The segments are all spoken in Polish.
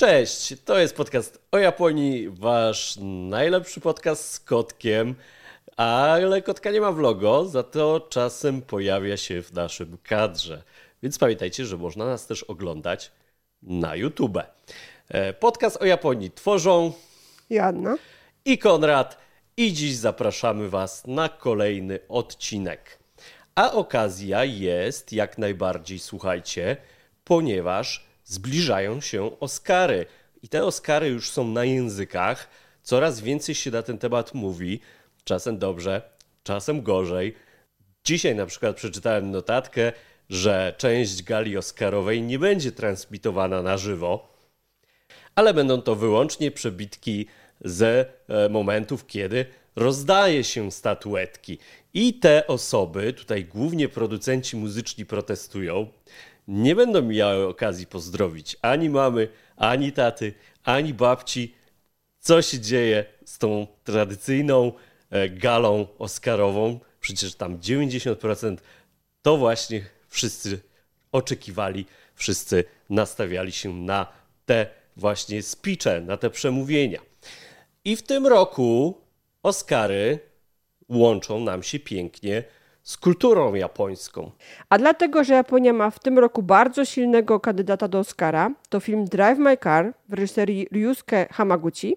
Cześć, to jest podcast o Japonii, wasz najlepszy podcast z kotkiem, ale kotka nie ma w logo, za to czasem pojawia się w naszym kadrze. Więc pamiętajcie, że można nas też oglądać na YouTube. Podcast o Japonii tworzą Joanna i Konrad i dziś zapraszamy was na kolejny odcinek. A okazja jest jak najbardziej, słuchajcie, ponieważ zbliżają się Oscary. I te Oscary już są na językach. Coraz więcej się na ten temat mówi. Czasem dobrze, czasem gorzej. Dzisiaj na przykład przeczytałem notatkę, że część gali Oscarowej nie będzie transmitowana na żywo, ale będą to wyłącznie przebitki ze momentów, kiedy rozdaje się statuetki. I te osoby, tutaj głównie producenci muzyczni protestują, nie będą miały okazji pozdrowić ani mamy, ani taty, ani babci. Co się dzieje z tą tradycyjną galą oscarową? Przecież tam 90% to właśnie wszyscy oczekiwali, wszyscy nastawiali się na te właśnie speeche, na te przemówienia. I w tym roku Oscary łączą nam się pięknie z kulturą japońską. A dlatego, że Japonia ma w tym roku bardzo silnego kandydata do Oscara, to film Drive My Car w reżyserii Ryusuke Hamaguchi.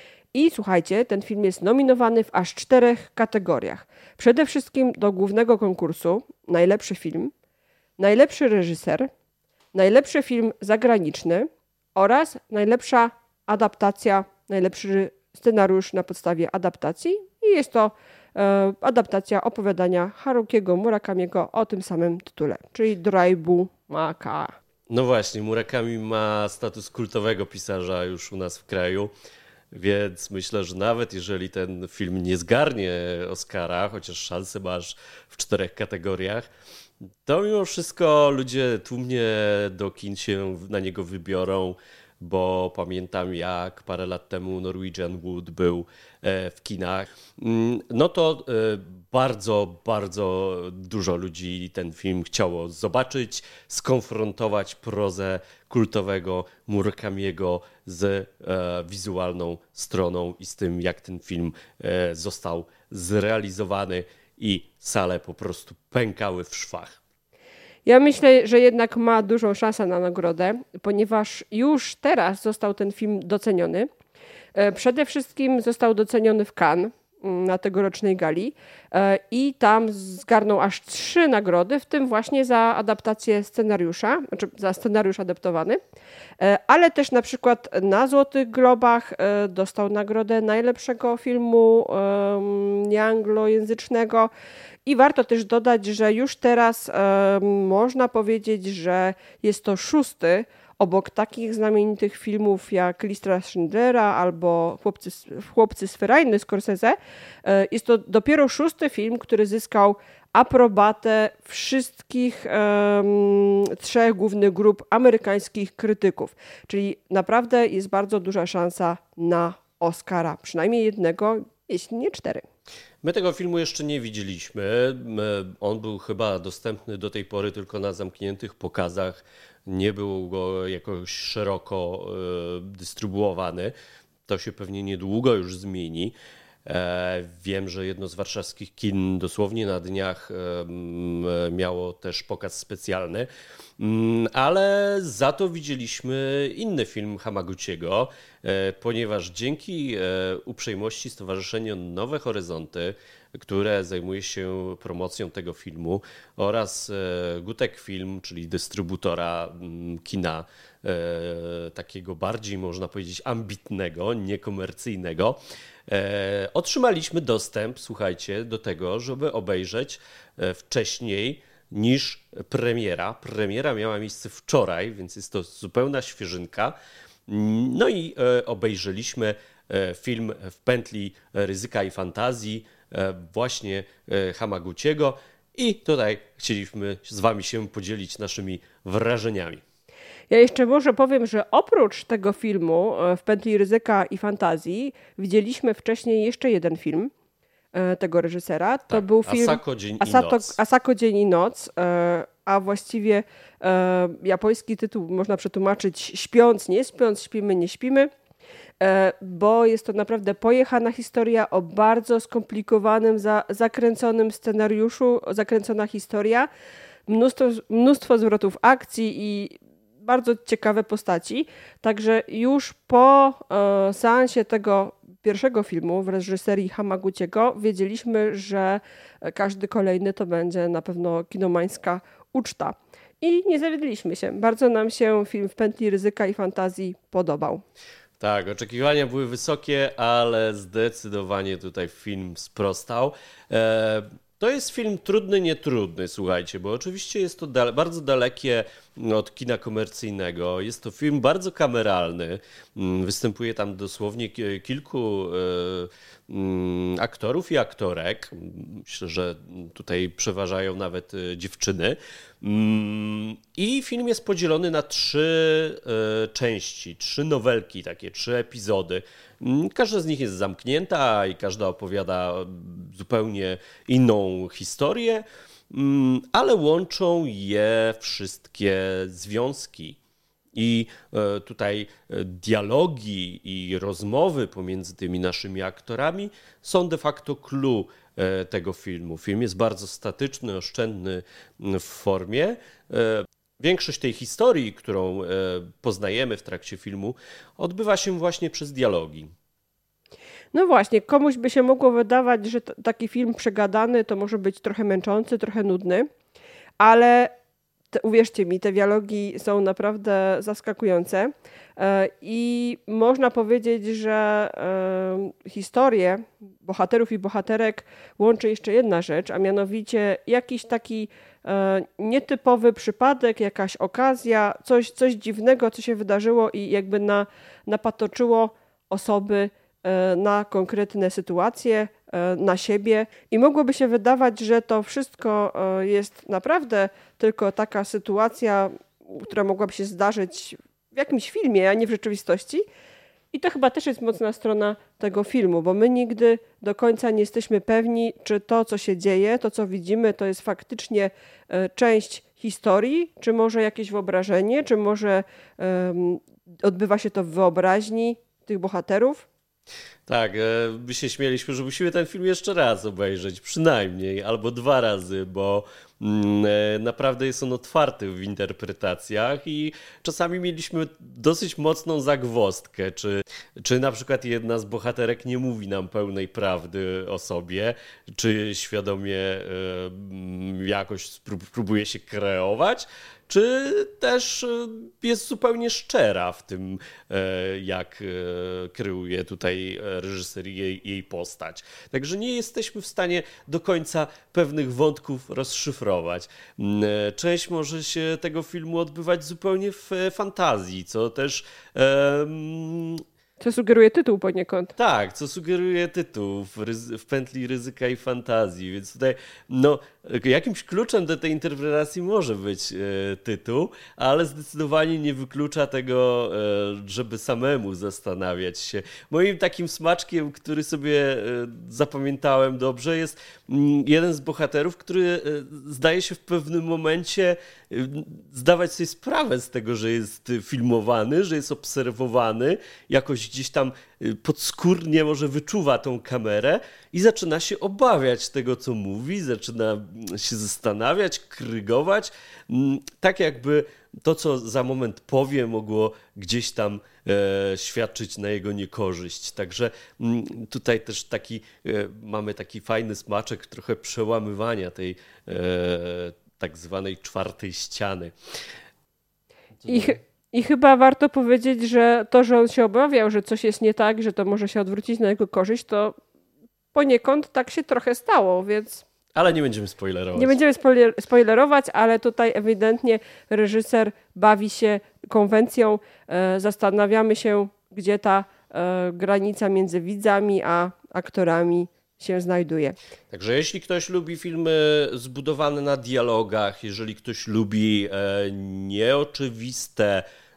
I słuchajcie, ten film jest nominowany w aż 4 kategoriach. Przede wszystkim do głównego konkursu najlepszy film, najlepszy reżyser, najlepszy film zagraniczny oraz najlepsza adaptacja, najlepszy scenariusz na podstawie adaptacji. I jest to adaptacja opowiadania Harukiego Murakamiego o tym samym tytule, czyli Drive My Car. No właśnie, Murakami ma status kultowego pisarza już u nas w kraju, więc myślę, że nawet jeżeli ten film nie zgarnie Oscara, chociaż szansę masz w 4 kategoriach, to mimo wszystko ludzie tłumnie do kin się na niego wybiorą, bo pamiętam jak parę lat temu Norwegian Wood był w kinach. No to bardzo, bardzo dużo ludzi ten film chciało zobaczyć, skonfrontować prozę kultowego Murakamiego z wizualną stroną i z tym, jak ten film został zrealizowany i sale po prostu pękały w szwach. Ja myślę, że jednak ma dużą szansę na nagrodę, ponieważ już teraz został ten film doceniony. Przede wszystkim został doceniony w Cannes na tegorocznej gali i tam zgarnął aż 3 nagrody, w tym właśnie za adaptację scenariusza, znaczy za scenariusz adaptowany, ale też na przykład na Złotych Globach dostał nagrodę najlepszego filmu nieanglojęzycznego. I warto też dodać, że już teraz można powiedzieć, że jest to 6. obok takich znamienitych filmów jak Lista Schindlera albo Chłopcy z Ferajny Scorsese. Jest to dopiero 6. film, który zyskał aprobatę wszystkich 3 głównych grup amerykańskich krytyków. Czyli naprawdę jest bardzo duża szansa na Oscara. Przynajmniej jednego, jeśli nie 4. My tego filmu jeszcze nie widzieliśmy. On był chyba dostępny do tej pory tylko na zamkniętych pokazach. Nie był go jakoś szeroko dystrybuowany. To się pewnie niedługo już zmieni. Wiem, że jedno z warszawskich kin dosłownie na dniach miało też pokaz specjalny, ale za to widzieliśmy inny film Hamaguchiego, ponieważ dzięki uprzejmości Stowarzyszenia Nowe Horyzonty, które zajmuje się promocją tego filmu, oraz Gutek Film, czyli dystrybutora kina takiego bardziej, można powiedzieć, ambitnego, niekomercyjnego, otrzymaliśmy dostęp, słuchajcie, do tego, żeby obejrzeć wcześniej niż premiera. Premiera miała miejsce wczoraj, więc jest to zupełna świeżynka. No i obejrzeliśmy film w pętli ryzyka i fantazji właśnie Hamaguchiego i tutaj chcieliśmy z wami się podzielić naszymi wrażeniami. Ja jeszcze może powiem, że oprócz tego filmu w pętli ryzyka i fantazji widzieliśmy wcześniej jeszcze jeden film tego reżysera. To był film Asako Dzień i Noc. Asako Dzień i Noc. a właściwie japoński tytuł można przetłumaczyć śpiąc, nie śpiąc, śpimy, nie śpimy, bo jest to naprawdę pojechana historia o bardzo skomplikowanym, zakręconym scenariuszu, zakręcona historia, mnóstwo zwrotów akcji i bardzo ciekawe postaci. Także już po seansie tego pierwszego filmu w reżyserii Hamaguchiego wiedzieliśmy, że każdy kolejny to będzie na pewno kinomańska uczta. I nie zawiedliśmy się. Bardzo nam się film W pętli ryzyka i fantazji podobał. Tak, oczekiwania były wysokie, ale zdecydowanie tutaj film sprostał. To jest film trudny, nietrudny, słuchajcie, bo oczywiście jest to bardzo dalekie od kina komercyjnego. Jest to film bardzo kameralny. Występuje tam dosłownie kilku aktorów i aktorek. Myślę, że tutaj przeważają nawet dziewczyny. I film jest podzielony na 3 części, 3 nowelki, takie 3 epizody. Każda z nich jest zamknięta i każda opowiada zupełnie inną historię, ale łączą je wszystkie związki. I tutaj dialogi i rozmowy pomiędzy tymi naszymi aktorami są de facto clue tego filmu. Film jest bardzo statyczny, oszczędny w formie. Większość tej historii, którą poznajemy w trakcie filmu, odbywa się właśnie przez dialogi. No właśnie, komuś by się mogło wydawać, że taki film przegadany to może być trochę męczący, trochę nudny, ale uwierzcie mi, te dialogi są naprawdę zaskakujące i można powiedzieć, że historię bohaterów i bohaterek łączy jeszcze jedna rzecz, a mianowicie jakiś taki nietypowy przypadek, jakaś okazja, coś dziwnego, co się wydarzyło i jakby napatoczyło osoby na konkretne sytuacje, na siebie i mogłoby się wydawać, że to wszystko jest naprawdę tylko taka sytuacja, która mogłaby się zdarzyć w jakimś filmie, a nie w rzeczywistości. I to chyba też jest mocna strona tego filmu, bo my nigdy do końca nie jesteśmy pewni, czy to, co się dzieje, to, co widzimy, to jest faktycznie część historii, czy może jakieś wyobrażenie, czy może odbywa się to w wyobraźni tych bohaterów. Tak, my się śmieliśmy, że musimy ten film jeszcze raz obejrzeć, przynajmniej, albo 2 razy, bo naprawdę jest on otwarty w interpretacjach i czasami mieliśmy dosyć mocną zagwozdkę, czy na przykład jedna z bohaterek nie mówi nam pełnej prawdy o sobie, czy świadomie jakoś próbuje się kreować, czy też jest zupełnie szczera w tym, jak kreuje tutaj reżyser jej postać. Także nie jesteśmy w stanie do końca pewnych wątków rozszyfrować. Część może się tego filmu odbywać zupełnie w fantazji, co też... Co sugeruje tytuł poniekąd. Tak, co sugeruje tytuł w pętli ryzyka i fantazji, więc tutaj jakimś kluczem do tej interpretacji może być tytuł, ale zdecydowanie nie wyklucza tego, żeby samemu zastanawiać się. Moim takim smaczkiem, który sobie zapamiętałem dobrze, jest jeden z bohaterów, który zdaje się w pewnym momencie zdawać sobie sprawę z tego, że jest filmowany, że jest obserwowany, jakoś gdzieś tam podskórnie może wyczuwa tą kamerę i zaczyna się obawiać tego, co mówi, zaczyna się zastanawiać, krygować, tak jakby to, co za moment powie, mogło gdzieś tam świadczyć na jego niekorzyść. Także tutaj też mamy taki fajny smaczek trochę przełamywania tej tak zwanej 4. ściany. I chyba warto powiedzieć, że to, że on się obawiał, że coś jest nie tak, że to może się odwrócić na jego korzyść, to poniekąd tak się trochę stało, więc... Ale nie będziemy spoilerować. Nie będziemy spoilerować, ale tutaj ewidentnie reżyser bawi się konwencją. Zastanawiamy się, gdzie ta granica między widzami a aktorami się znajduje. Także jeśli ktoś lubi filmy zbudowane na dialogach, jeżeli ktoś lubi nieoczywiste,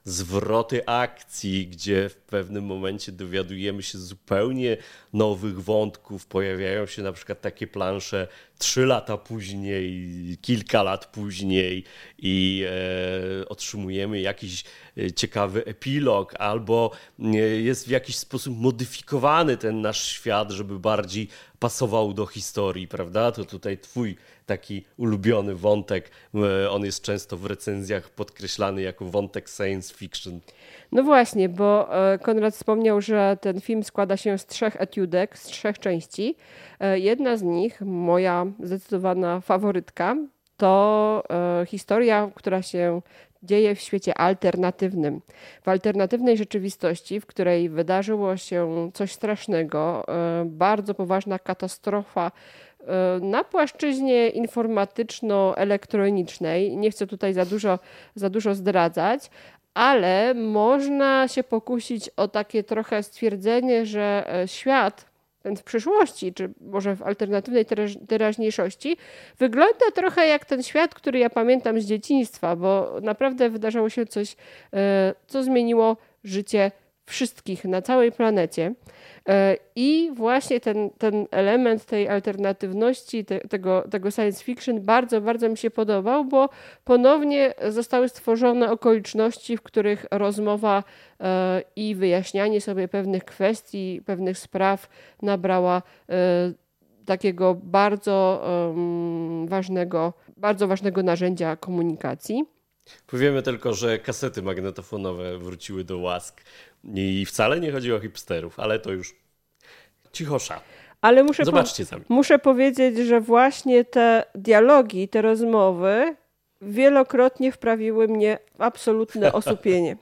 zwroty akcji, gdzie w pewnym momencie dowiadujemy się zupełnie nowych wątków. Pojawiają się na przykład takie plansze 3 lata później, kilka lat później i otrzymujemy jakiś ciekawy epilog, albo jest w jakiś sposób modyfikowany ten nasz świat, żeby bardziej pasował do historii, prawda? To tutaj twój taki ulubiony wątek, on jest często w recenzjach podkreślany jako wątek science fiction. No właśnie, bo Konrad wspomniał, że ten film składa się z 3 etiudek, z 3 części. Jedna z nich, moja zdecydowana faworytka, to historia, która się dzieje w świecie alternatywnym. W alternatywnej rzeczywistości, w której wydarzyło się coś strasznego, bardzo poważna katastrofa na płaszczyźnie informatyczno-elektronicznej. Nie chcę tutaj za dużo zdradzać, ale można się pokusić o takie trochę stwierdzenie, że świat ten w przyszłości, czy może w alternatywnej teraźniejszości, wygląda trochę jak ten świat, który ja pamiętam z dzieciństwa, bo naprawdę wydarzało się coś, co zmieniło życie wszystkich na całej planecie. I właśnie ten element tej alternatywności, tego science fiction bardzo, bardzo mi się podobał, bo ponownie zostały stworzone okoliczności, w których rozmowa i wyjaśnianie sobie pewnych kwestii, pewnych spraw nabrała takiego bardzo ważnego narzędzia komunikacji. Powiemy tylko, że kasety magnetofonowe wróciły do łask i wcale nie chodzi o hipsterów, ale to już cichosza. Ale zobaczcie sami. Muszę powiedzieć, że właśnie te dialogi, te rozmowy wielokrotnie wprawiły mnie w absolutne osłupienie.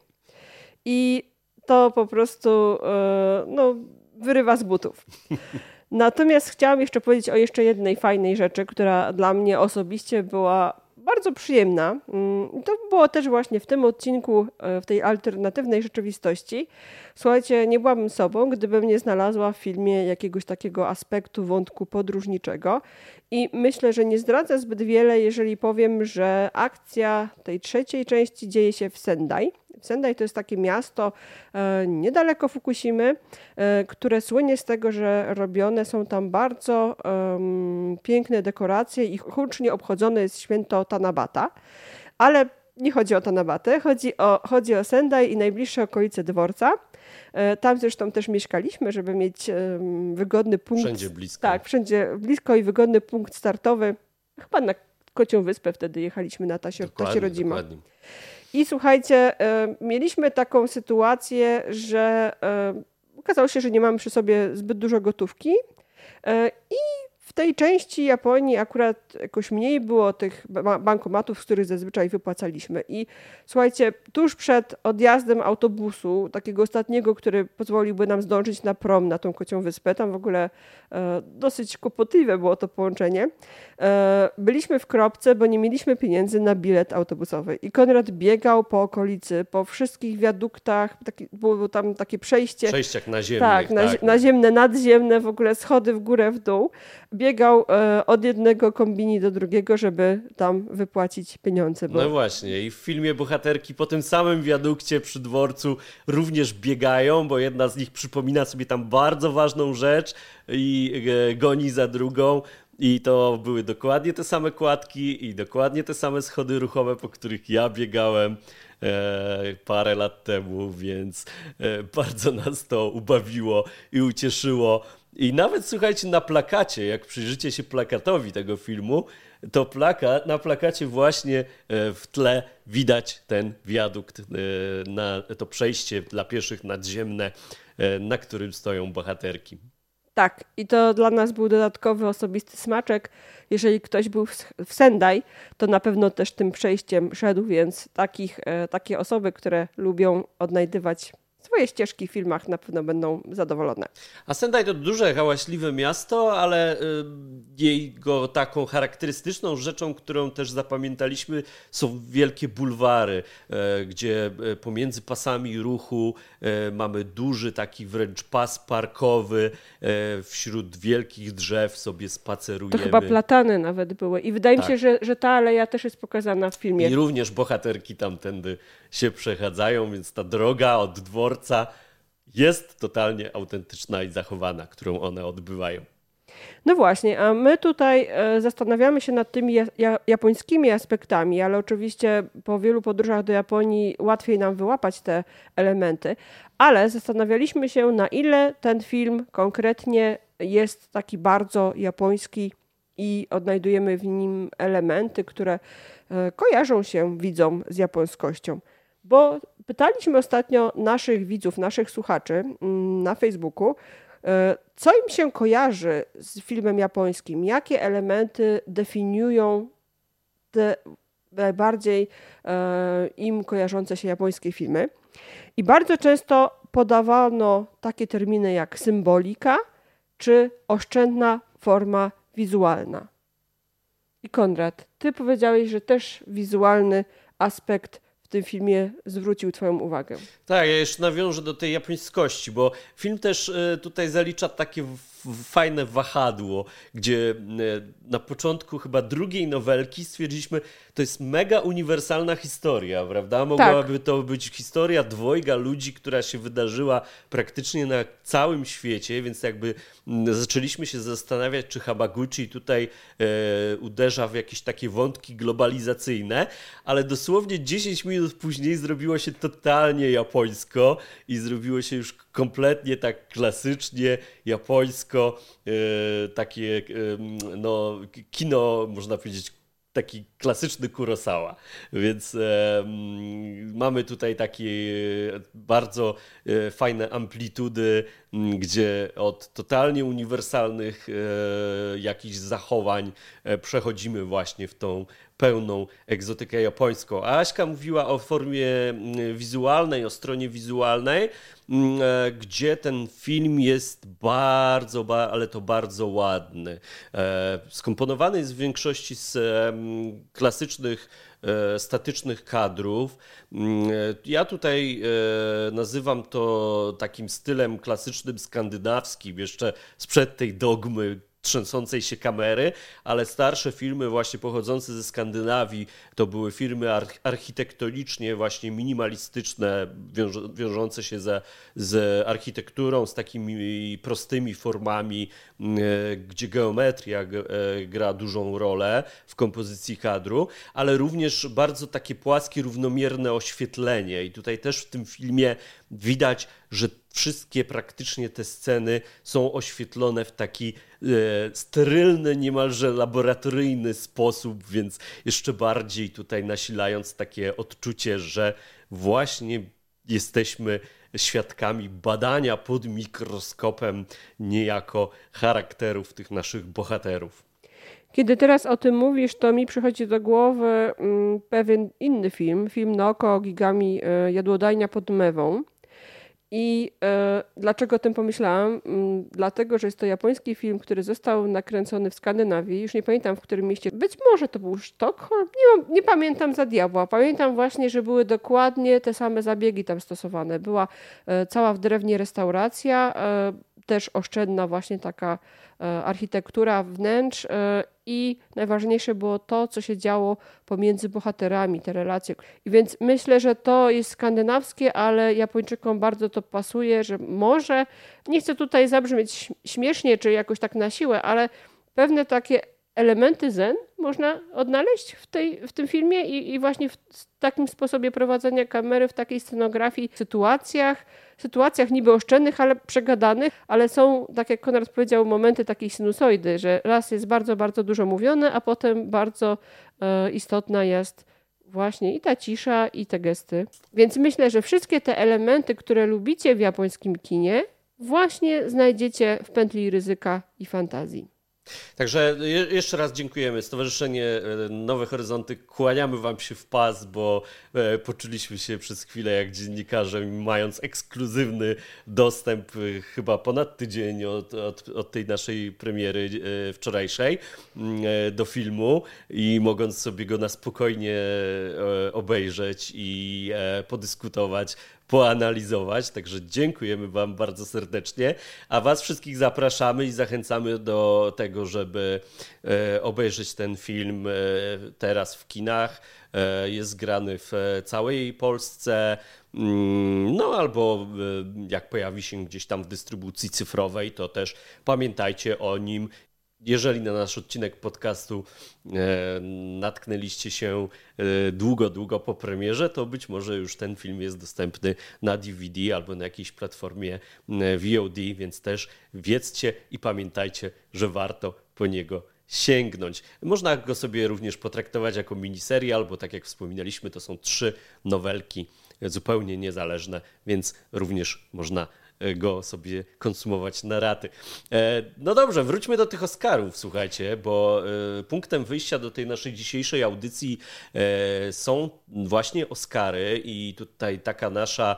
I to po prostu wyrywa z butów. Natomiast chciałam jeszcze powiedzieć o jeszcze jednej fajnej rzeczy, która dla mnie osobiście była bardzo przyjemna. To było też właśnie w tym odcinku, w tej alternatywnej rzeczywistości. Słuchajcie, nie byłabym sobą, gdybym nie znalazła w filmie jakiegoś takiego aspektu wątku podróżniczego. I myślę, że nie zdradzę zbyt wiele, jeżeli powiem, że akcja tej 3. części dzieje się w Sendai. Sendai to jest takie miasto niedaleko Fukushimy, które słynie z tego, że robione są tam bardzo piękne dekoracje i hucznie obchodzone jest święto Tanabata. Ale nie chodzi o Tanabatę, chodzi o Sendai i najbliższe okolice dworca. Tam zresztą też mieszkaliśmy, żeby mieć wygodny punkt. Wszędzie blisko. Tak, wszędzie blisko i wygodny punkt startowy. Chyba na Kocią Wyspę wtedy jechaliśmy na Tasie Rodzima. Dokładnie. I słuchajcie, mieliśmy taką sytuację, że okazało się, że nie mamy przy sobie zbyt dużo gotówki i w tej części Japonii akurat jakoś mniej było tych bankomatów, z których zazwyczaj wypłacaliśmy. I słuchajcie, tuż przed odjazdem autobusu, takiego ostatniego, który pozwoliłby nam zdążyć na prom na tą Kocią Wyspę, tam w ogóle dosyć kłopotliwe było to połączenie, byliśmy w kropce, bo nie mieliśmy pieniędzy na bilet autobusowy. I Konrad biegał po okolicy, po wszystkich wiaduktach, było tam takie przejście. Przejściach naziemnych. Tak, naziemne, nadziemne, w ogóle schody w górę, w dół. Biegał od jednego kombini do drugiego, żeby tam wypłacić pieniądze. No właśnie, i w filmie bohaterki po tym samym wiadukcie przy dworcu również biegają, bo jedna z nich przypomina sobie tam bardzo ważną rzecz i goni za drugą. I to były dokładnie te same kładki i dokładnie te same schody ruchowe, po których ja biegałem parę lat temu, więc bardzo nas to ubawiło i ucieszyło. I nawet słuchajcie, na plakacie, jak przyjrzycie się plakatowi tego filmu, to na plakacie właśnie w tle widać ten wiadukt, to przejście dla pieszych nadziemne, na którym stoją bohaterki. Tak, i to dla nas był dodatkowy osobisty smaczek. Jeżeli ktoś był w Sendai, to na pewno też tym przejściem szedł, więc takie osoby, które lubią odnajdywać swoje ścieżki w filmach na pewno będą zadowolone. A Sendai to duże, hałaśliwe miasto, ale jego taką charakterystyczną rzeczą, którą też zapamiętaliśmy, są wielkie bulwary, gdzie pomiędzy pasami ruchu mamy duży taki wręcz pas parkowy, wśród wielkich drzew sobie spacerujemy. To chyba platany nawet były i wydaje mi się, że ta aleja też jest pokazana w filmie. I również bohaterki tamtędy się przechadzają, więc ta droga od dworca jest totalnie autentyczna i zachowana, którą one odbywają. No właśnie, a my tutaj zastanawiamy się nad tymi japońskimi aspektami, ale oczywiście po wielu podróżach do Japonii łatwiej nam wyłapać te elementy, ale zastanawialiśmy się, na ile ten film konkretnie jest taki bardzo japoński i odnajdujemy w nim elementy, które kojarzą się widzom z japońskością. Bo pytaliśmy ostatnio naszych widzów, naszych słuchaczy na Facebooku, co im się kojarzy z filmem japońskim, jakie elementy definiują te najbardziej im kojarzące się japońskie filmy. I bardzo często podawano takie terminy jak symbolika czy oszczędna forma wizualna. I Konrad, ty powiedziałeś, że też wizualny aspekt w tym filmie zwrócił twoją uwagę. Tak, ja jeszcze nawiążę do tej japońskości, bo film też tutaj zalicza takie fajne wahadło, gdzie na początku chyba drugiej nowelki stwierdziliśmy, to jest mega uniwersalna historia, prawda? Mogłaby to być historia dwojga ludzi, która się wydarzyła praktycznie na całym świecie, więc jakby zaczęliśmy się zastanawiać, czy Hamaguchi tutaj uderza w jakieś takie wątki globalizacyjne, ale dosłownie 10 minut później zrobiło się totalnie japońsko i zrobiło się już kompletnie tak klasycznie japońsko, takie no, kino, można powiedzieć, taki klasyczny Kurosawa, więc mamy tutaj takie bardzo fajne amplitudy, gdzie od totalnie uniwersalnych jakichś zachowań przechodzimy właśnie w tą pełną egzotykę japońską. A Aśka mówiła o formie wizualnej, o stronie wizualnej, gdzie ten film jest bardzo, ale to bardzo ładny. Skomponowany jest w większości z klasycznych, statycznych kadrów. Ja tutaj nazywam to takim stylem klasycznym skandynawskim, jeszcze sprzed tej dogmy trzęsącej się kamery, ale starsze filmy właśnie pochodzące ze Skandynawii to były filmy architektonicznie właśnie minimalistyczne, wiążące się z architekturą, z takimi prostymi formami, gdzie geometria gra dużą rolę w kompozycji kadru, ale również bardzo takie płaskie, równomierne oświetlenie i tutaj też w tym filmie widać, że wszystkie praktycznie te sceny są oświetlone w taki sterylny, niemalże laboratoryjny sposób, więc jeszcze bardziej tutaj nasilając takie odczucie, że właśnie jesteśmy świadkami badania pod mikroskopem niejako charakterów tych naszych bohaterów. Kiedy teraz o tym mówisz, to mi przychodzi do głowy pewien inny film Naoko Gigami Jadłodajnia pod Mewą. I dlaczego o tym pomyślałam? Dlatego, że jest to japoński film, który został nakręcony w Skandynawii. Już nie pamiętam, w którym mieście. Być może to był Sztokholm. Nie pamiętam za diabła. Pamiętam właśnie, że były dokładnie te same zabiegi tam stosowane. Była cała w drewnie restauracja, też oszczędna właśnie taka architektura wnętrz i najważniejsze było to, co się działo pomiędzy bohaterami, te relacje. I więc myślę, że to jest skandynawskie, ale Japończykom bardzo to pasuje, że może, nie chcę tutaj zabrzmieć śmiesznie czy jakoś tak na siłę, ale pewne takie elementy zen można odnaleźć w tym filmie i właśnie w takim sposobie prowadzenia kamery, w takiej scenografii, sytuacjach niby oszczędnych, ale przegadanych, ale są, tak jak Konrad powiedział, momenty takiej sinusoidy, że raz jest bardzo, bardzo dużo mówione, a potem bardzo istotna jest właśnie i ta cisza, i te gesty. Więc myślę, że wszystkie te elementy, które lubicie w japońskim kinie, właśnie znajdziecie w Pętli ryzyka i fantazji. Także jeszcze raz dziękujemy. Stowarzyszenie Nowe Horyzonty, kłaniamy wam się w pas, bo poczuliśmy się przez chwilę jak dziennikarze, mając ekskluzywny dostęp chyba ponad tydzień od tej naszej premiery wczorajszej do filmu i mogąc sobie go na spokojnie obejrzeć i podyskutować, poanalizować, także dziękujemy wam bardzo serdecznie, a was wszystkich zapraszamy i zachęcamy do tego, żeby obejrzeć ten film teraz w kinach. Jest grany w całej Polsce, no albo jak pojawi się gdzieś tam w dystrybucji cyfrowej, to też pamiętajcie o nim. Jeżeli na nasz odcinek podcastu natknęliście się długo po premierze, to być może już ten film jest dostępny na DVD albo na jakiejś platformie VOD, więc też wiedzcie i pamiętajcie, że warto po niego sięgnąć. Można go sobie również potraktować jako miniserial, bo tak jak wspominaliśmy, to są 3 nowelki zupełnie niezależne, więc również można go sobie konsumować na raty. No dobrze, wróćmy do tych Oscarów, słuchajcie, bo punktem wyjścia do tej naszej dzisiejszej audycji są właśnie Oscary i tutaj taka nasza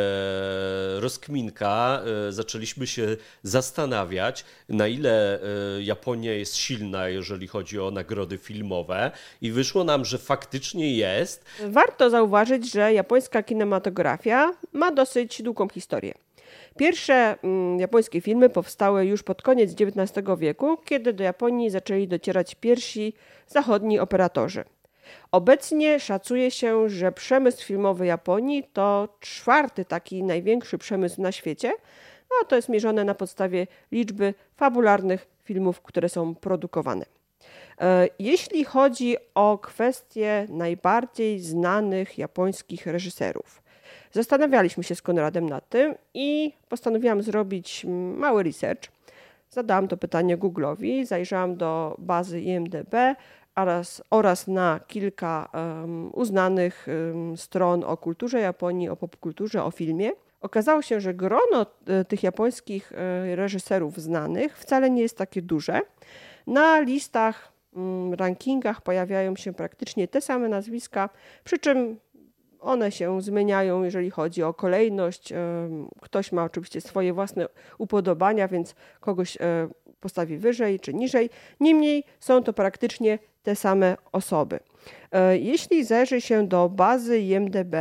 rozkminka. Zaczęliśmy się zastanawiać, na ile Japonia jest silna, jeżeli chodzi o nagrody filmowe i wyszło nam, że faktycznie jest. Warto zauważyć, że japońska kinematografia ma dosyć długą historię. Pierwsze japońskie filmy powstały już pod koniec XIX wieku, kiedy do Japonii zaczęli docierać pierwsi zachodni operatorzy. Obecnie szacuje się, że przemysł filmowy Japonii to 4. taki największy przemysł na świecie. No, to jest mierzone na podstawie liczby fabularnych filmów, które są produkowane. Jeśli chodzi o kwestie najbardziej znanych japońskich reżyserów, zastanawialiśmy się z Konradem nad tym i postanowiłam zrobić mały research. Zadałam to pytanie Google'owi, zajrzałam do bazy IMDb oraz na kilka uznanych stron o kulturze Japonii, o popkulturze, o filmie. Okazało się, że grono tych japońskich reżyserów znanych wcale nie jest takie duże. Na listach, rankingach pojawiają się praktycznie te same nazwiska, przy czym one się zmieniają, jeżeli chodzi o kolejność. Ktoś ma oczywiście swoje własne upodobania, więc kogoś postawi wyżej czy niżej. Niemniej są to praktycznie te same osoby. Jeśli zajrzy się do bazy IMDb,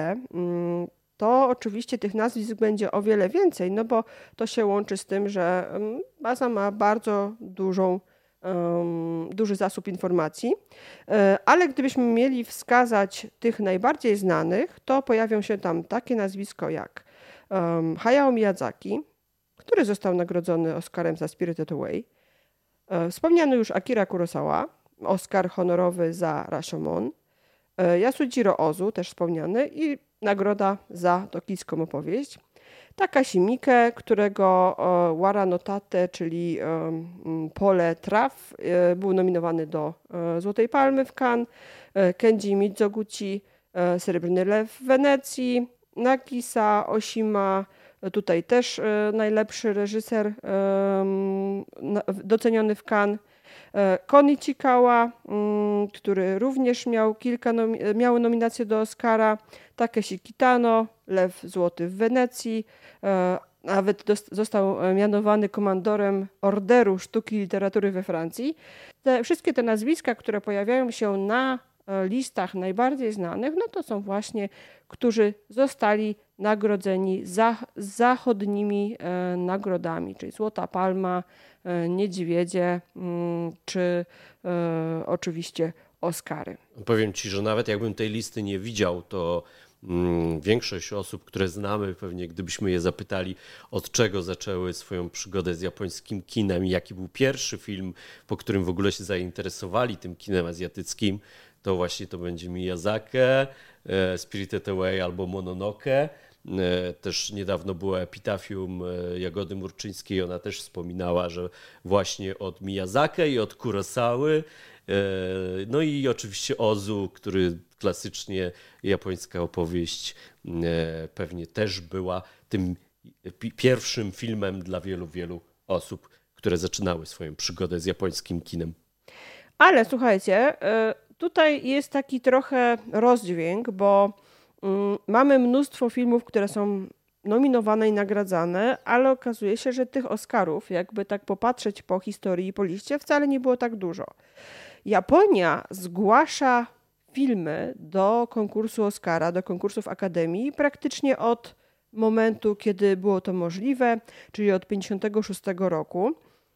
to oczywiście tych nazwisk będzie o wiele więcej, no bo to się łączy z tym, że baza ma bardzo duży zasób informacji, ale gdybyśmy mieli wskazać tych najbardziej znanych, to pojawią się tam takie nazwisko jak Hayao Miyazaki, który został nagrodzony Oscarem za Spirited Away, wspomniany już Akira Kurosawa, Oscar honorowy za Rashomon, Yasujiro Ozu, też wspomniany, i nagroda za tokijską opowieść. Takashi Miike, którego Wara no Tate, czyli Pole Traw, był nominowany do Złotej Palmy w Cannes. Kenji Mizoguchi, Srebrny Lew w Wenecji. Nagisa Oshima, tutaj też najlepszy reżyser doceniony w Cannes. Kon Ichikawa, który również miał nominację do Oscara. Takeshi Kitano, Lew Złoty w Wenecji. Nawet został mianowany komandorem Orderu Sztuki i Literatury we Francji. Wszystkie te nazwiska, które pojawiają się na listach najbardziej znanych, no to są właśnie, którzy zostali nagrodzeni zachodnimi nagrodami, czyli Złota Palma, Niedźwiedzie czy oczywiście Oscary. Powiem ci, że nawet jakbym tej listy nie widział, to większość osób, które znamy, pewnie gdybyśmy je zapytali, od czego zaczęły swoją przygodę z japońskim kinem i jaki był pierwszy film, po którym w ogóle się zainteresowali tym kinem azjatyckim, to właśnie to będzie Miyazaki, Spirited Away albo Mononoke. Też niedawno było epitafium Jagody Murczyńskiej, ona też wspominała, że właśnie od Miyazaki i od Kurosawy, no i oczywiście Ozu, który klasycznie japońska opowieść pewnie też była tym pierwszym filmem dla wielu osób, które zaczynały swoją przygodę z japońskim kinem. Ale słuchajcie, tutaj jest taki trochę rozdźwięk, bo mamy mnóstwo filmów, które są nominowane i nagradzane, ale okazuje się, że tych Oscarów, jakby tak popatrzeć po historii i po liście, wcale nie było tak dużo. Japonia zgłasza filmy do konkursu Oscara, do konkursów Akademii praktycznie od momentu, kiedy było to możliwe, czyli od 1956 roku.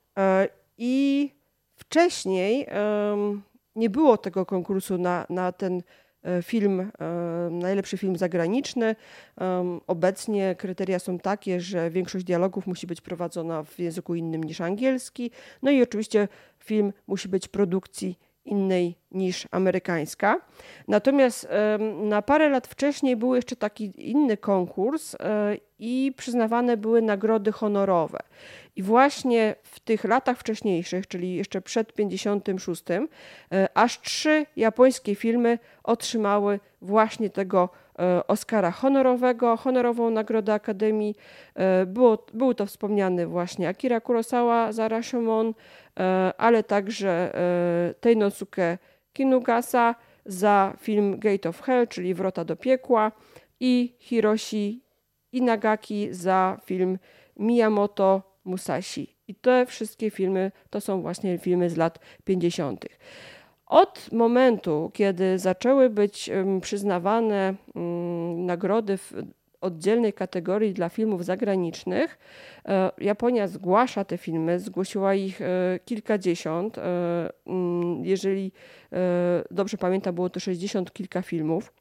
I wcześniej nie było tego konkursu na ten film, najlepszy film zagraniczny. Obecnie kryteria są takie, że większość dialogów musi być prowadzona w języku innym niż angielski. No i oczywiście film musi być produkcji innej niż amerykańska. Natomiast na parę lat wcześniej był jeszcze taki inny konkurs i przyznawane były nagrody honorowe. I właśnie w tych latach wcześniejszych, czyli jeszcze przed 56, aż 3 japońskie filmy otrzymały właśnie tego Oscara honorowego, honorową nagrodę Akademii. Był to wspomniany właśnie Akira Kurosawa za Rashomon, ale także Teinosuke Kinugasa za film Gate of Hell, czyli Wrota do piekła, i Hiroshi Inagaki za film Miyamoto Musashi. I te wszystkie filmy to są właśnie filmy z lat 50. Od momentu, kiedy zaczęły być przyznawane nagrody w oddzielnej kategorii dla filmów zagranicznych, Japonia zgłasza te filmy, zgłosiła ich kilkadziesiąt. Jeżeli dobrze pamiętam, było to 60 kilka filmów.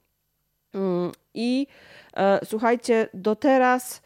I słuchajcie, do teraz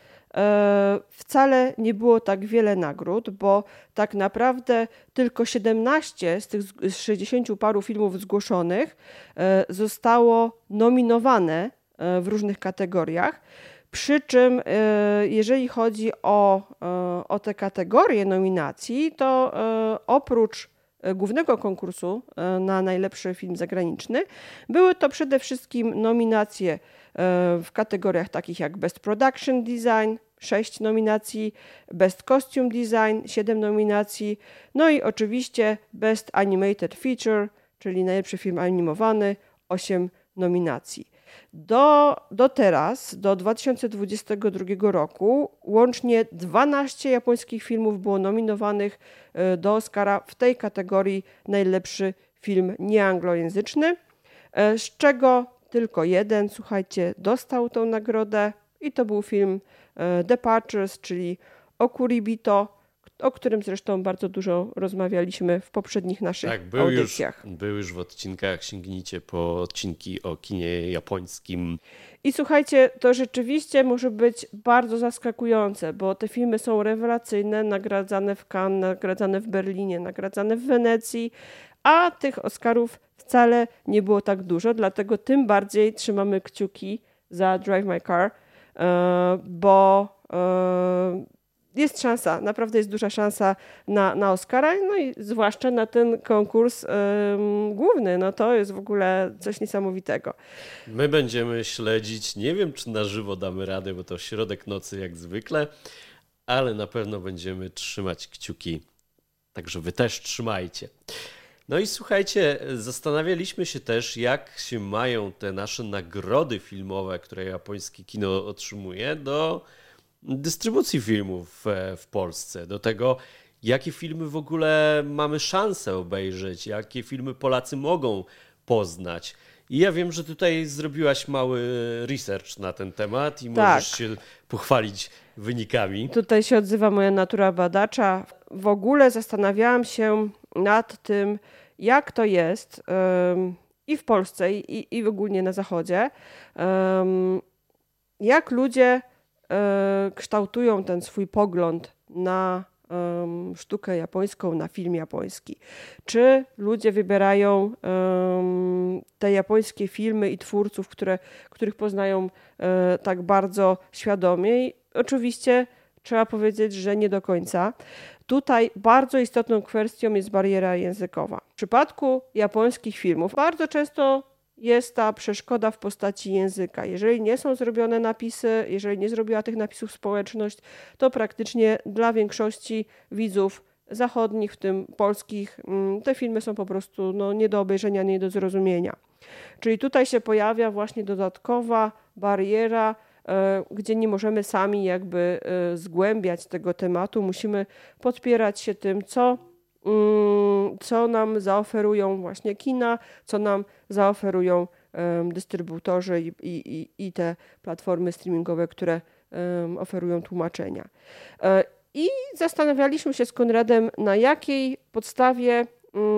wcale nie było tak wiele nagród, bo tak naprawdę tylko 17 z tych 60 paru filmów zgłoszonych zostało nominowane w różnych kategoriach. Przy czym jeżeli chodzi o te kategorie nominacji, to oprócz głównego konkursu na najlepszy film zagraniczny były to przede wszystkim nominacje w kategoriach takich jak Best Production Design, 6 nominacji, Best Costume Design, 7 nominacji, no i oczywiście Best Animated Feature, czyli najlepszy film animowany, 8 nominacji. Do teraz, do 2022 roku, łącznie 12 japońskich filmów było nominowanych do Oscara w tej kategorii najlepszy film nieanglojęzyczny, z czego tylko jeden, słuchajcie, dostał tą nagrodę i to był film Departures, czyli Okuribito, o którym zresztą bardzo dużo rozmawialiśmy w poprzednich naszych audycjach. Był już w odcinkach, sięgnijcie po odcinki o kinie japońskim. I słuchajcie, to rzeczywiście może być bardzo zaskakujące, bo te filmy są rewelacyjne, nagradzane w Cannes, nagradzane w Berlinie, nagradzane w Wenecji, a tych Oscarów wcale nie było tak dużo, dlatego tym bardziej trzymamy kciuki za Drive My Car, bo jest szansa, naprawdę jest duża szansa na Oscara, no i zwłaszcza na ten konkurs główny. No to jest w ogóle coś niesamowitego. My będziemy śledzić, nie wiem czy na żywo damy radę, bo to środek nocy jak zwykle, ale na pewno będziemy trzymać kciuki, także wy też trzymajcie. No i słuchajcie, zastanawialiśmy się też, jak się mają te nasze nagrody filmowe, które japońskie kino otrzymuje, do dystrybucji filmów w Polsce, do tego, jakie filmy w ogóle mamy szansę obejrzeć, jakie filmy Polacy mogą poznać. I ja wiem, że tutaj zrobiłaś mały research na ten temat i możesz się pochwalić wynikami. Tutaj się odzywa moja natura badacza. W ogóle zastanawiałam się nad tym, jak to jest i w Polsce, i ogólnie na Zachodzie, jak ludzie kształtują ten swój pogląd na sztukę japońską, na film japoński. Czy ludzie wybierają te japońskie filmy i twórców, których poznają tak bardzo świadomie? I oczywiście trzeba powiedzieć, że nie do końca. Tutaj bardzo istotną kwestią jest bariera językowa. W przypadku japońskich filmów bardzo często jest ta przeszkoda w postaci języka. Jeżeli nie są zrobione napisy, jeżeli nie zrobiła tych napisów społeczność, to praktycznie dla większości widzów zachodnich, w tym polskich, te filmy są po prostu nie do obejrzenia, nie do zrozumienia. Czyli tutaj się pojawia właśnie dodatkowa bariera, gdzie nie możemy sami jakby zgłębiać tego tematu. Musimy podpierać się tym, co nam zaoferują właśnie kina, co nam zaoferują dystrybutorzy i te platformy streamingowe, które oferują tłumaczenia. I zastanawialiśmy się z Konradem, na jakiej podstawie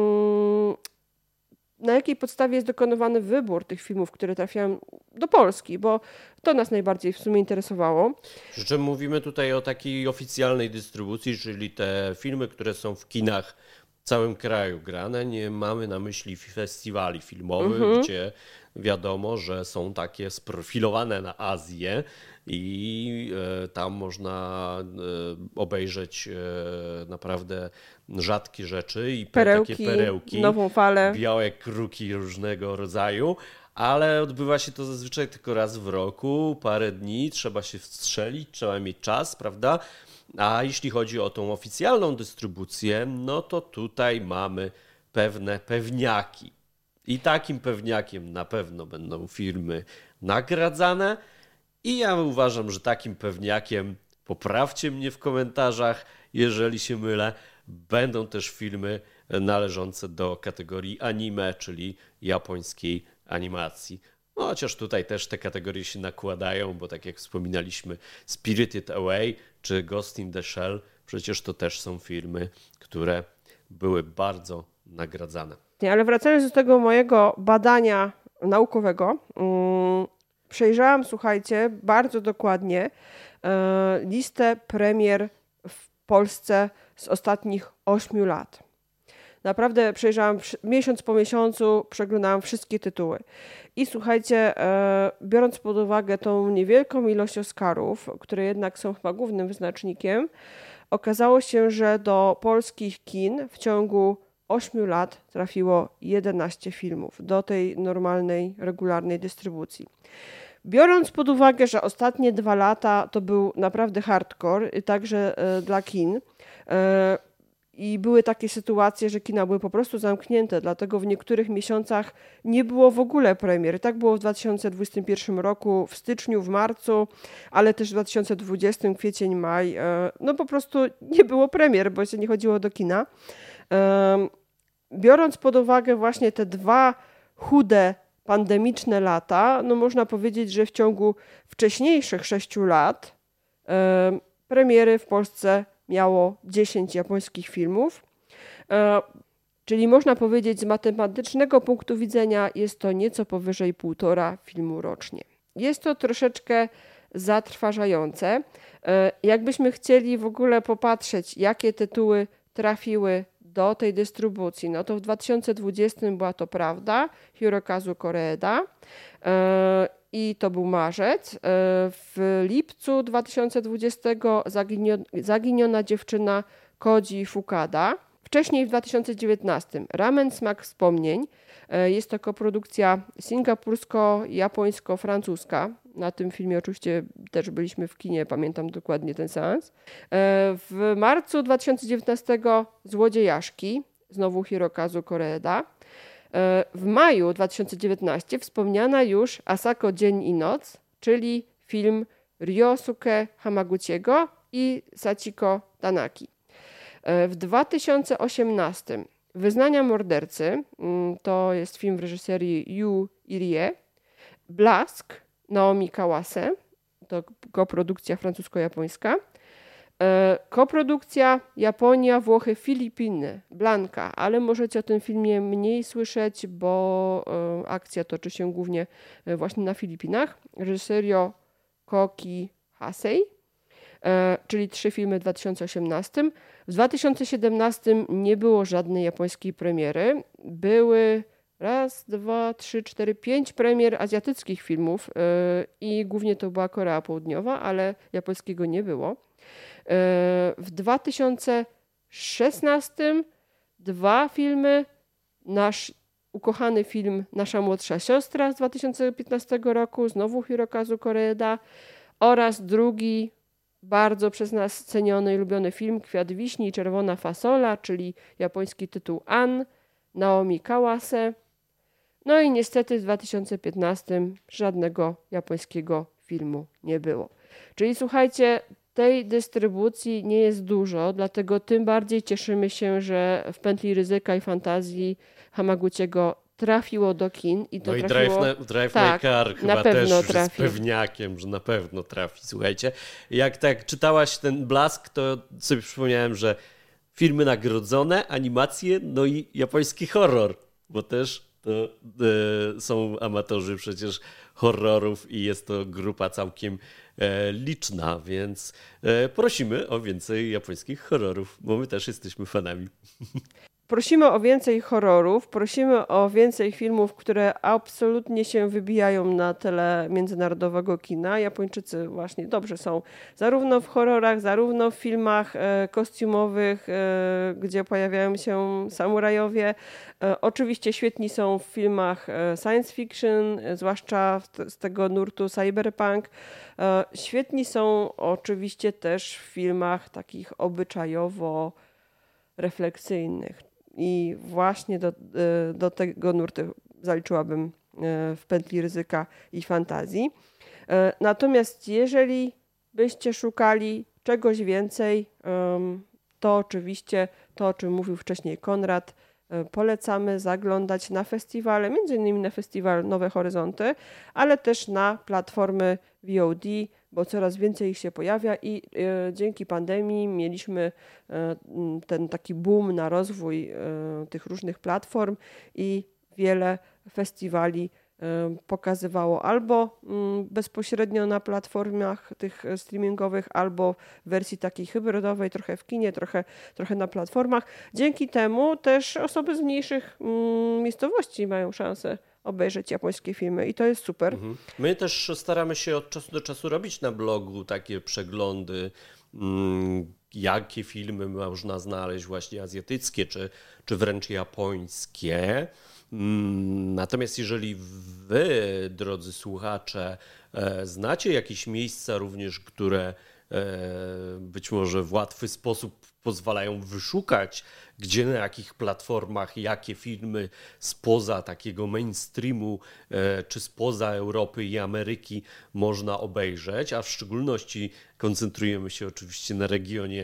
jest dokonywany wybór tych filmów, które trafiają do Polski, bo to nas najbardziej w sumie interesowało. Przy czym mówimy tutaj o takiej oficjalnej dystrybucji, czyli te filmy, które są w kinach w całym kraju grane. Nie mamy na myśli festiwali filmowych, gdzie wiadomo, że są takie sprofilowane na Azję i tam można obejrzeć naprawdę rzadkie rzeczy i takie perełki, nową falę, białe kruki różnego rodzaju. Ale odbywa się to zazwyczaj tylko raz w roku, parę dni, trzeba się wstrzelić, trzeba mieć czas, prawda? A jeśli chodzi o tą oficjalną dystrybucję, no to tutaj mamy pewne pewniaki. I takim pewniakiem na pewno będą filmy nagradzane. I ja uważam, że takim pewniakiem, poprawcie mnie w komentarzach, jeżeli się mylę, będą też filmy należące do kategorii anime, czyli japońskiej animacji. No, chociaż tutaj też te kategorie się nakładają, bo tak jak wspominaliśmy, Spirited Away czy Ghost in the Shell, przecież to też są filmy, które były bardzo nagradzane. Ale wracając do tego mojego badania naukowego, przejrzałam, słuchajcie, bardzo dokładnie listę premier w Polsce z ostatnich 8 lat. Naprawdę przejrzałam miesiąc po miesiącu, przeglądałam wszystkie tytuły. I słuchajcie, biorąc pod uwagę tą niewielką ilość Oscarów, które jednak są chyba głównym wyznacznikiem, okazało się, że do polskich kin w ciągu 8 lat trafiło 11 filmów do tej normalnej, regularnej dystrybucji. Biorąc pod uwagę, że ostatnie 2 lata to był naprawdę hardcore, także dla kin, i były takie sytuacje, że kina były po prostu zamknięte, dlatego w niektórych miesiącach nie było w ogóle premier. Tak było w 2021 roku, w styczniu, w marcu, ale też w 2020, kwiecień, maj. No po prostu nie było premier, bo się nie chodziło do kina. Biorąc pod uwagę właśnie te 2 chude, pandemiczne lata, no można powiedzieć, że w ciągu wcześniejszych 6 lat premiery w Polsce miało 10 japońskich filmów, czyli można powiedzieć z matematycznego punktu widzenia jest to nieco powyżej 1,5 filmu rocznie. Jest to troszeczkę zatrważające. Jakbyśmy chcieli w ogóle popatrzeć, jakie tytuły trafiły do tej dystrybucji, no to w 2020 była to Prawda, Hirokazu Koreeda i to był marzec. W lipcu 2020 Zaginiona dziewczyna Koji Fukada. Wcześniej w 2019 Ramen Smak Wspomnień. Jest to koprodukcja singapursko-japońsko-francuska. Na tym filmie oczywiście też byliśmy w kinie, pamiętam dokładnie ten seans. W marcu 2019 Złodziejaszki, znowu Hirokazu Koreeda. W maju 2019 wspomniana już Asako Dzień i Noc, czyli film Ryosuke Hamaguchiego i Sachiko Tanaki. W 2018 Wyznania mordercy, to jest film w reżyserii Yu Irie. Blask Naomi Kawase, to koprodukcja francusko-japońska. Koprodukcja Japonia, Włochy, Filipiny, Blanka, ale możecie o tym filmie mniej słyszeć, bo akcja toczy się głównie właśnie na Filipinach. Reżyserio Koki Hasei, czyli 3 filmy w 2018. W 2017 nie było żadnej japońskiej premiery. Były 5 premier azjatyckich filmów i głównie to była Korea Południowa, ale japońskiego nie było. W 2016 2 filmy, nasz ukochany film Nasza młodsza siostra z 2015 roku, znowu Hirokazu Koreeda oraz drugi bardzo przez nas ceniony i lubiony film Kwiat wiśni i czerwona fasola, czyli japoński tytuł An, Naomi Kawase. No i niestety w 2015 żadnego japońskiego filmu nie było. Czyli słuchajcie, tej dystrybucji nie jest dużo, dlatego tym bardziej cieszymy się, że w Pętli Ryzyka i Fantazji Hamaguchiego trafiło do kin. I to no trafiło... i Drive My Car chyba też już jest pewniakiem, że na pewno trafi. Słuchajcie, jak tak czytałaś ten Blask, to sobie przypomniałem, że filmy nagrodzone, animacje, no i japoński horror, bo też to są amatorzy przecież horrorów i jest to grupa całkiem liczna, więc prosimy o więcej japońskich horrorów, bo my też jesteśmy fanami. Prosimy o więcej horrorów, prosimy o więcej filmów, które absolutnie się wybijają na tle międzynarodowego kina. Japończycy właśnie dobrze są zarówno w horrorach, zarówno w filmach kostiumowych, gdzie pojawiają się samurajowie. Oczywiście świetni są w filmach science fiction, zwłaszcza z tego nurtu cyberpunk. Świetni są oczywiście też w filmach takich obyczajowo refleksyjnych. I właśnie do tego nurtu zaliczyłabym w Pętli Ryzyka i Fantazji. Natomiast jeżeli byście szukali czegoś więcej, to oczywiście to, o czym mówił wcześniej Konrad, polecamy zaglądać na festiwale, między innymi na festiwal Nowe Horyzonty, ale też na platformy VOD, bo coraz więcej ich się pojawia i dzięki pandemii mieliśmy ten taki boom na rozwój tych różnych platform i wiele festiwali pokazywało albo bezpośrednio na platformach tych streamingowych, albo w wersji takiej hybrydowej, trochę w kinie, trochę na platformach. Dzięki temu też osoby z mniejszych miejscowości mają szansę obejrzeć japońskie filmy i to jest super. My też staramy się od czasu do czasu robić na blogu takie przeglądy, jakie filmy można znaleźć właśnie azjatyckie, czy wręcz japońskie. Natomiast jeżeli wy, drodzy słuchacze, znacie jakieś miejsca również, które być może w łatwy sposób pozwalają wyszukać, gdzie na jakich platformach, jakie filmy spoza takiego mainstreamu, czy spoza Europy i Ameryki można obejrzeć, a w szczególności koncentrujemy się oczywiście na regionie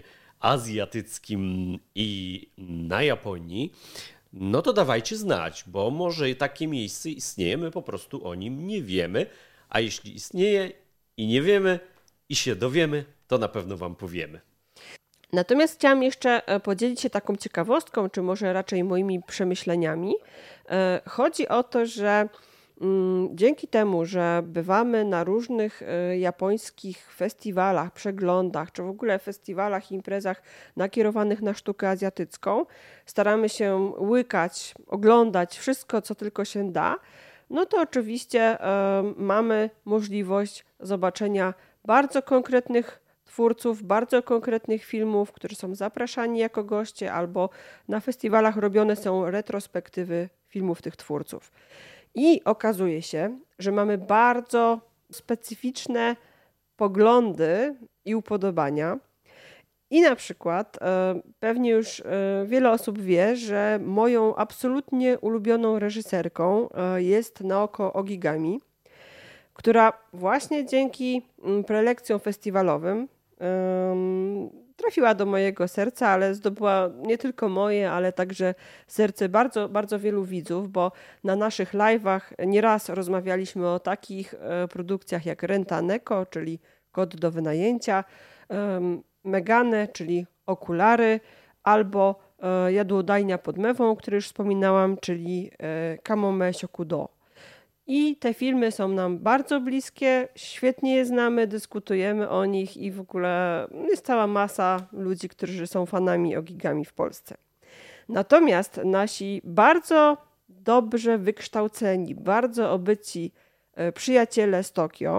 azjatyckim i na Japonii, no to dawajcie znać, bo może takie miejsce istnieje, my po prostu o nim nie wiemy, a jeśli istnieje i nie wiemy i się dowiemy, to na pewno wam powiemy. Natomiast chciałam jeszcze podzielić się taką ciekawostką, czy może raczej moimi przemyśleniami. Chodzi o to, że dzięki temu, że bywamy na różnych japońskich festiwalach, przeglądach, czy w ogóle festiwalach, imprezach nakierowanych na sztukę azjatycką, staramy się łykać, oglądać wszystko, co tylko się da, no to oczywiście mamy możliwość zobaczenia bardzo konkretnych twórców, bardzo konkretnych filmów, którzy są zapraszani jako goście, albo na festiwalach robione są retrospektywy filmów tych twórców. I okazuje się, że mamy bardzo specyficzne poglądy i upodobania. I na przykład pewnie już wiele osób wie, że moją absolutnie ulubioną reżyserką jest Naoko Ogigami, która właśnie dzięki prelekcjom festiwalowym trafiła do mojego serca, ale zdobyła nie tylko moje, ale także serce bardzo, bardzo wielu widzów, bo na naszych live'ach nieraz rozmawialiśmy o takich produkcjach jak Renta Neko, czyli Kod do wynajęcia, Megane, czyli Okulary, albo Jadłodajnia pod Mewą, o której już wspominałam, czyli Kamome Shokudo. I te filmy są nam bardzo bliskie, świetnie je znamy, dyskutujemy o nich i w ogóle jest cała masa ludzi, którzy są fanami Ogigami w Polsce. Natomiast nasi bardzo dobrze wykształceni, bardzo obyci przyjaciele z Tokio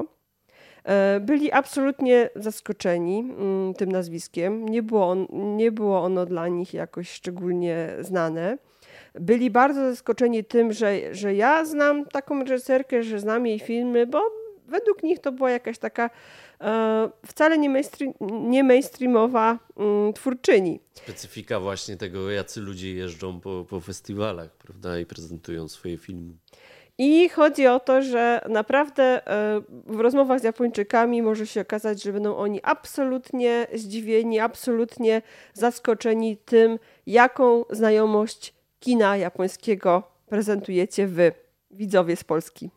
byli absolutnie zaskoczeni tym nazwiskiem. Nie było ono dla nich jakoś szczególnie znane. Byli bardzo zaskoczeni tym, że ja znam taką reżyserkę, że znam jej filmy, bo według nich to była jakaś taka wcale nie mainstreamowa twórczyni. Specyfika właśnie tego, jacy ludzie jeżdżą po festiwalach, prawda, i prezentują swoje filmy. I chodzi o to, że naprawdę w rozmowach z Japończykami może się okazać, że będą oni absolutnie zdziwieni, absolutnie zaskoczeni tym, jaką znajomość kina japońskiego prezentujecie wy, widzowie z Polski.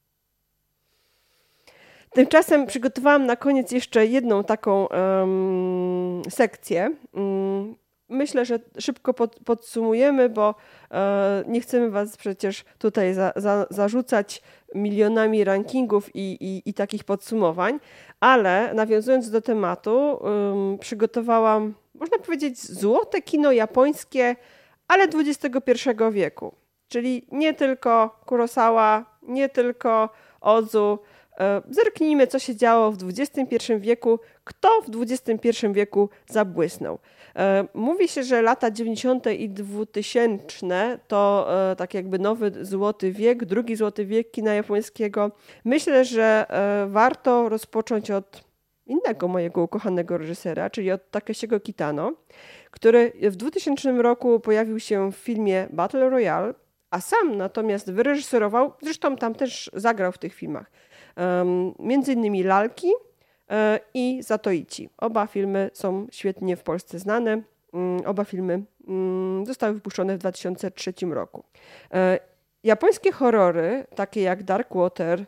Tymczasem przygotowałam na koniec jeszcze jedną taką sekcję. Myślę, że szybko podsumujemy, bo nie chcemy was przecież tutaj zarzucać milionami rankingów i takich podsumowań, ale nawiązując do tematu, przygotowałam, można powiedzieć, złote kino japońskie, ale XXI wieku. Czyli nie tylko Kurosawa, nie tylko Ozu. Zerknijmy, co się działo w XXI wieku, kto w XXI wieku zabłysnął. Mówi się, że lata 90. i 2000 to tak jakby nowy złoty wiek, drugi złoty wiek kina japońskiego. Myślę, że warto rozpocząć od innego mojego ukochanego reżysera, czyli od Takeshiego Kitano, który w 2000 roku pojawił się w filmie Battle Royale, a sam natomiast wyreżyserował, zresztą tam też zagrał w tych filmach, między innymi Lalki i Zatoichi. Oba filmy są świetnie w Polsce znane. Oba filmy zostały wypuszczone w 2003 roku. Japońskie horrory, takie jak Dark Water,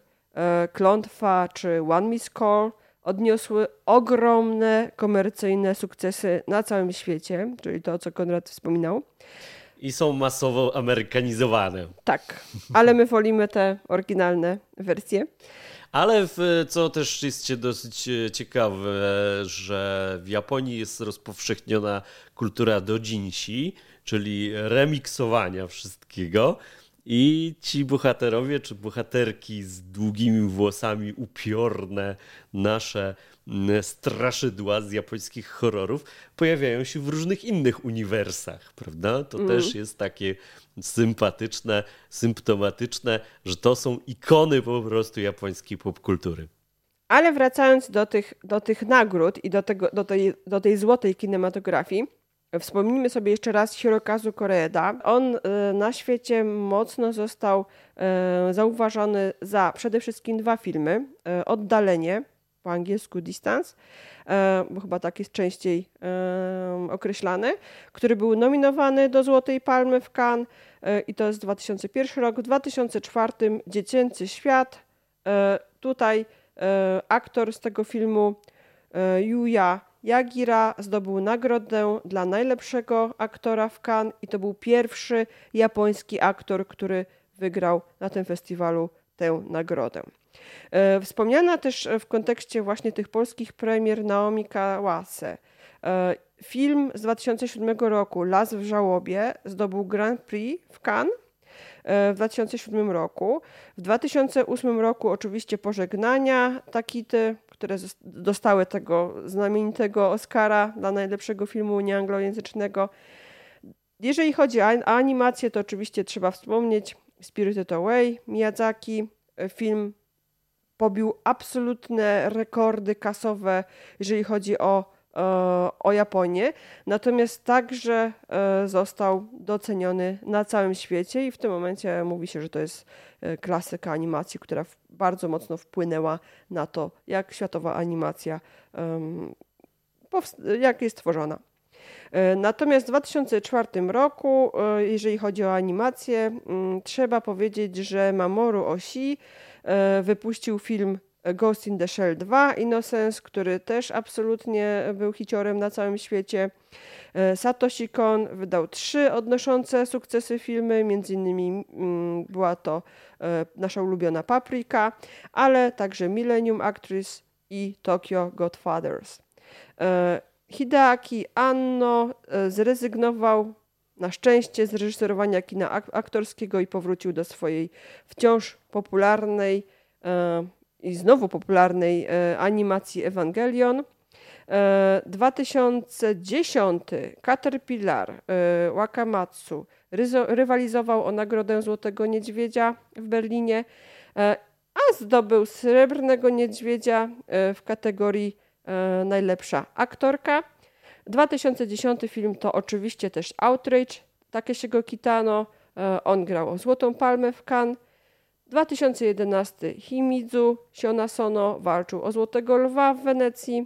Klątwa czy One Miss Call, odniosły ogromne komercyjne sukcesy na całym świecie, czyli to, co Konrad wspominał. I są masowo amerykanizowane. Tak, ale my wolimy te oryginalne wersje. Ale co też jest dosyć ciekawe, że w Japonii jest rozpowszechniona kultura doujinshi, czyli remiksowania wszystkiego. I ci bohaterowie czy bohaterki z długimi włosami, upiorne nasze straszydła z japońskich horrorów pojawiają się w różnych innych uniwersach, prawda? To też jest takie sympatyczne, symptomatyczne, że to są ikony po prostu japońskiej popkultury. Ale wracając do tych nagród i do tej złotej kinematografii, wspomnijmy sobie jeszcze raz Hirokazu Koreeda. On na świecie mocno został zauważony za przede wszystkim 2 filmy. Oddalenie, po angielsku Distance, bo chyba tak jest częściej określany, który był nominowany do Złotej Palmy w Cannes i to jest 2001 rok. W 2004 Dziecięcy świat. Tutaj aktor z tego filmu Yuya Yagira zdobył nagrodę dla najlepszego aktora w Cannes i to był pierwszy japoński aktor, który wygrał na tym festiwalu tę nagrodę. Wspomniana też w kontekście właśnie tych polskich premier Naomi Kawase. Film z 2007 roku Las w żałobie zdobył Grand Prix w Cannes w 2007 roku. W 2008 roku oczywiście Pożegnania Takity, które dostały tego znamienitego Oscara dla najlepszego filmu nieanglojęzycznego. Jeżeli chodzi o animację, to oczywiście trzeba wspomnieć Spirited Away, Miyazaki. Film pobił absolutne rekordy kasowe, jeżeli chodzi o Japonię. Natomiast także został doceniony na całym świecie i w tym momencie mówi się, że to jest klasyka animacji, która bardzo mocno wpłynęła na to, jak światowa animacja jak jest tworzona. Natomiast w 2004 roku, jeżeli chodzi o animację, trzeba powiedzieć, że Mamoru Oshii wypuścił film Ghost in the Shell 2 Innocence, który też absolutnie był hiciorem na całym świecie. Satoshi Kon wydał 3 odnoszące sukcesy filmy, między innymi była to nasza ulubiona Paprika, ale także Millennium Actress i Tokyo Godfathers. Hideaki Anno zrezygnował na szczęście z reżyserowania kina aktorskiego i powrócił do swojej wciąż popularnej i znowu popularnej animacji Evangelion. 2010 Caterpillar Wakamatsu rywalizował o nagrodę Złotego Niedźwiedzia w Berlinie, a zdobył Srebrnego Niedźwiedzia w kategorii najlepsza aktorka. 2010 film to oczywiście też Outrage Takeshiego Kitano. On grał o Złotą Palmę w Cannes. 2011 Himizu Siona Sono walczył o Złotego Lwa w Wenecji.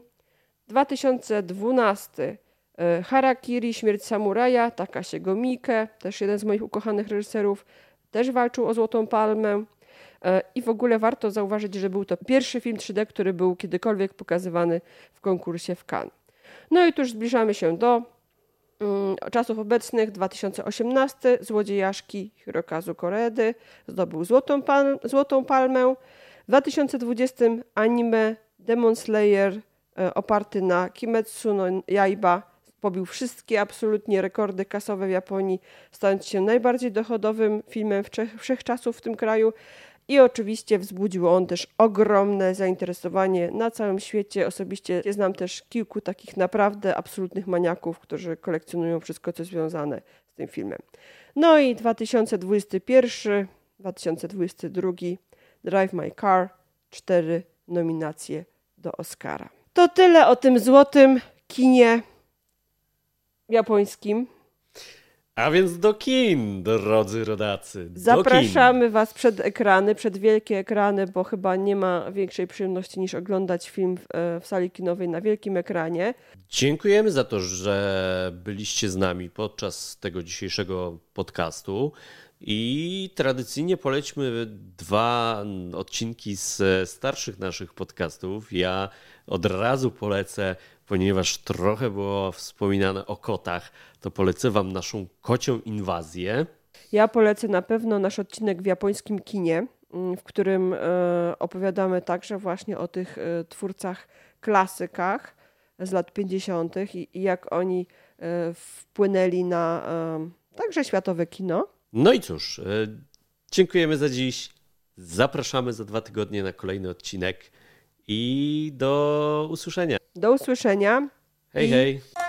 2012 Harakiri Śmierć Samuraja Takashiego Miike, też jeden z moich ukochanych reżyserów, też walczył o Złotą Palmę. I w ogóle warto zauważyć, że był to pierwszy film 3D, który był kiedykolwiek pokazywany w konkursie w Cannes. No i tu już zbliżamy się do czasów obecnych. 2018 Złodziejaszki Hirokazu Koreedy zdobył Złotą Palmę. W 2020 anime Demon Slayer oparty na Kimetsu no Yaiba pobił wszystkie absolutnie rekordy kasowe w Japonii, stając się najbardziej dochodowym filmem wszechczasów w tym kraju. I oczywiście wzbudził on też ogromne zainteresowanie na całym świecie. Osobiście znam też kilku takich naprawdę absolutnych maniaków, którzy kolekcjonują wszystko, co związane z tym filmem. No i 2021, 2022 Drive My Car, 4 nominacje do Oscara. To tyle o tym złotym kinie japońskim. A więc do kin, drodzy rodacy. Zapraszamy Was przed ekrany, przed wielkie ekrany, bo chyba nie ma większej przyjemności niż oglądać film w sali kinowej na wielkim ekranie. Dziękujemy za to, że byliście z nami podczas tego dzisiejszego podcastu i tradycyjnie polećmy 2 odcinki z starszych naszych podcastów. Ja od razu polecę, ponieważ trochę było wspominane o kotach, to polecę Wam naszą kocią inwazję. Ja polecę na pewno nasz odcinek w japońskim kinie, w którym opowiadamy także właśnie o tych twórcach klasykach z lat 50. i jak oni wpłynęli na także światowe kino. No i cóż, dziękujemy za dziś. Zapraszamy za 2 tygodnie na kolejny odcinek i do usłyszenia. Do usłyszenia. Hej, hej.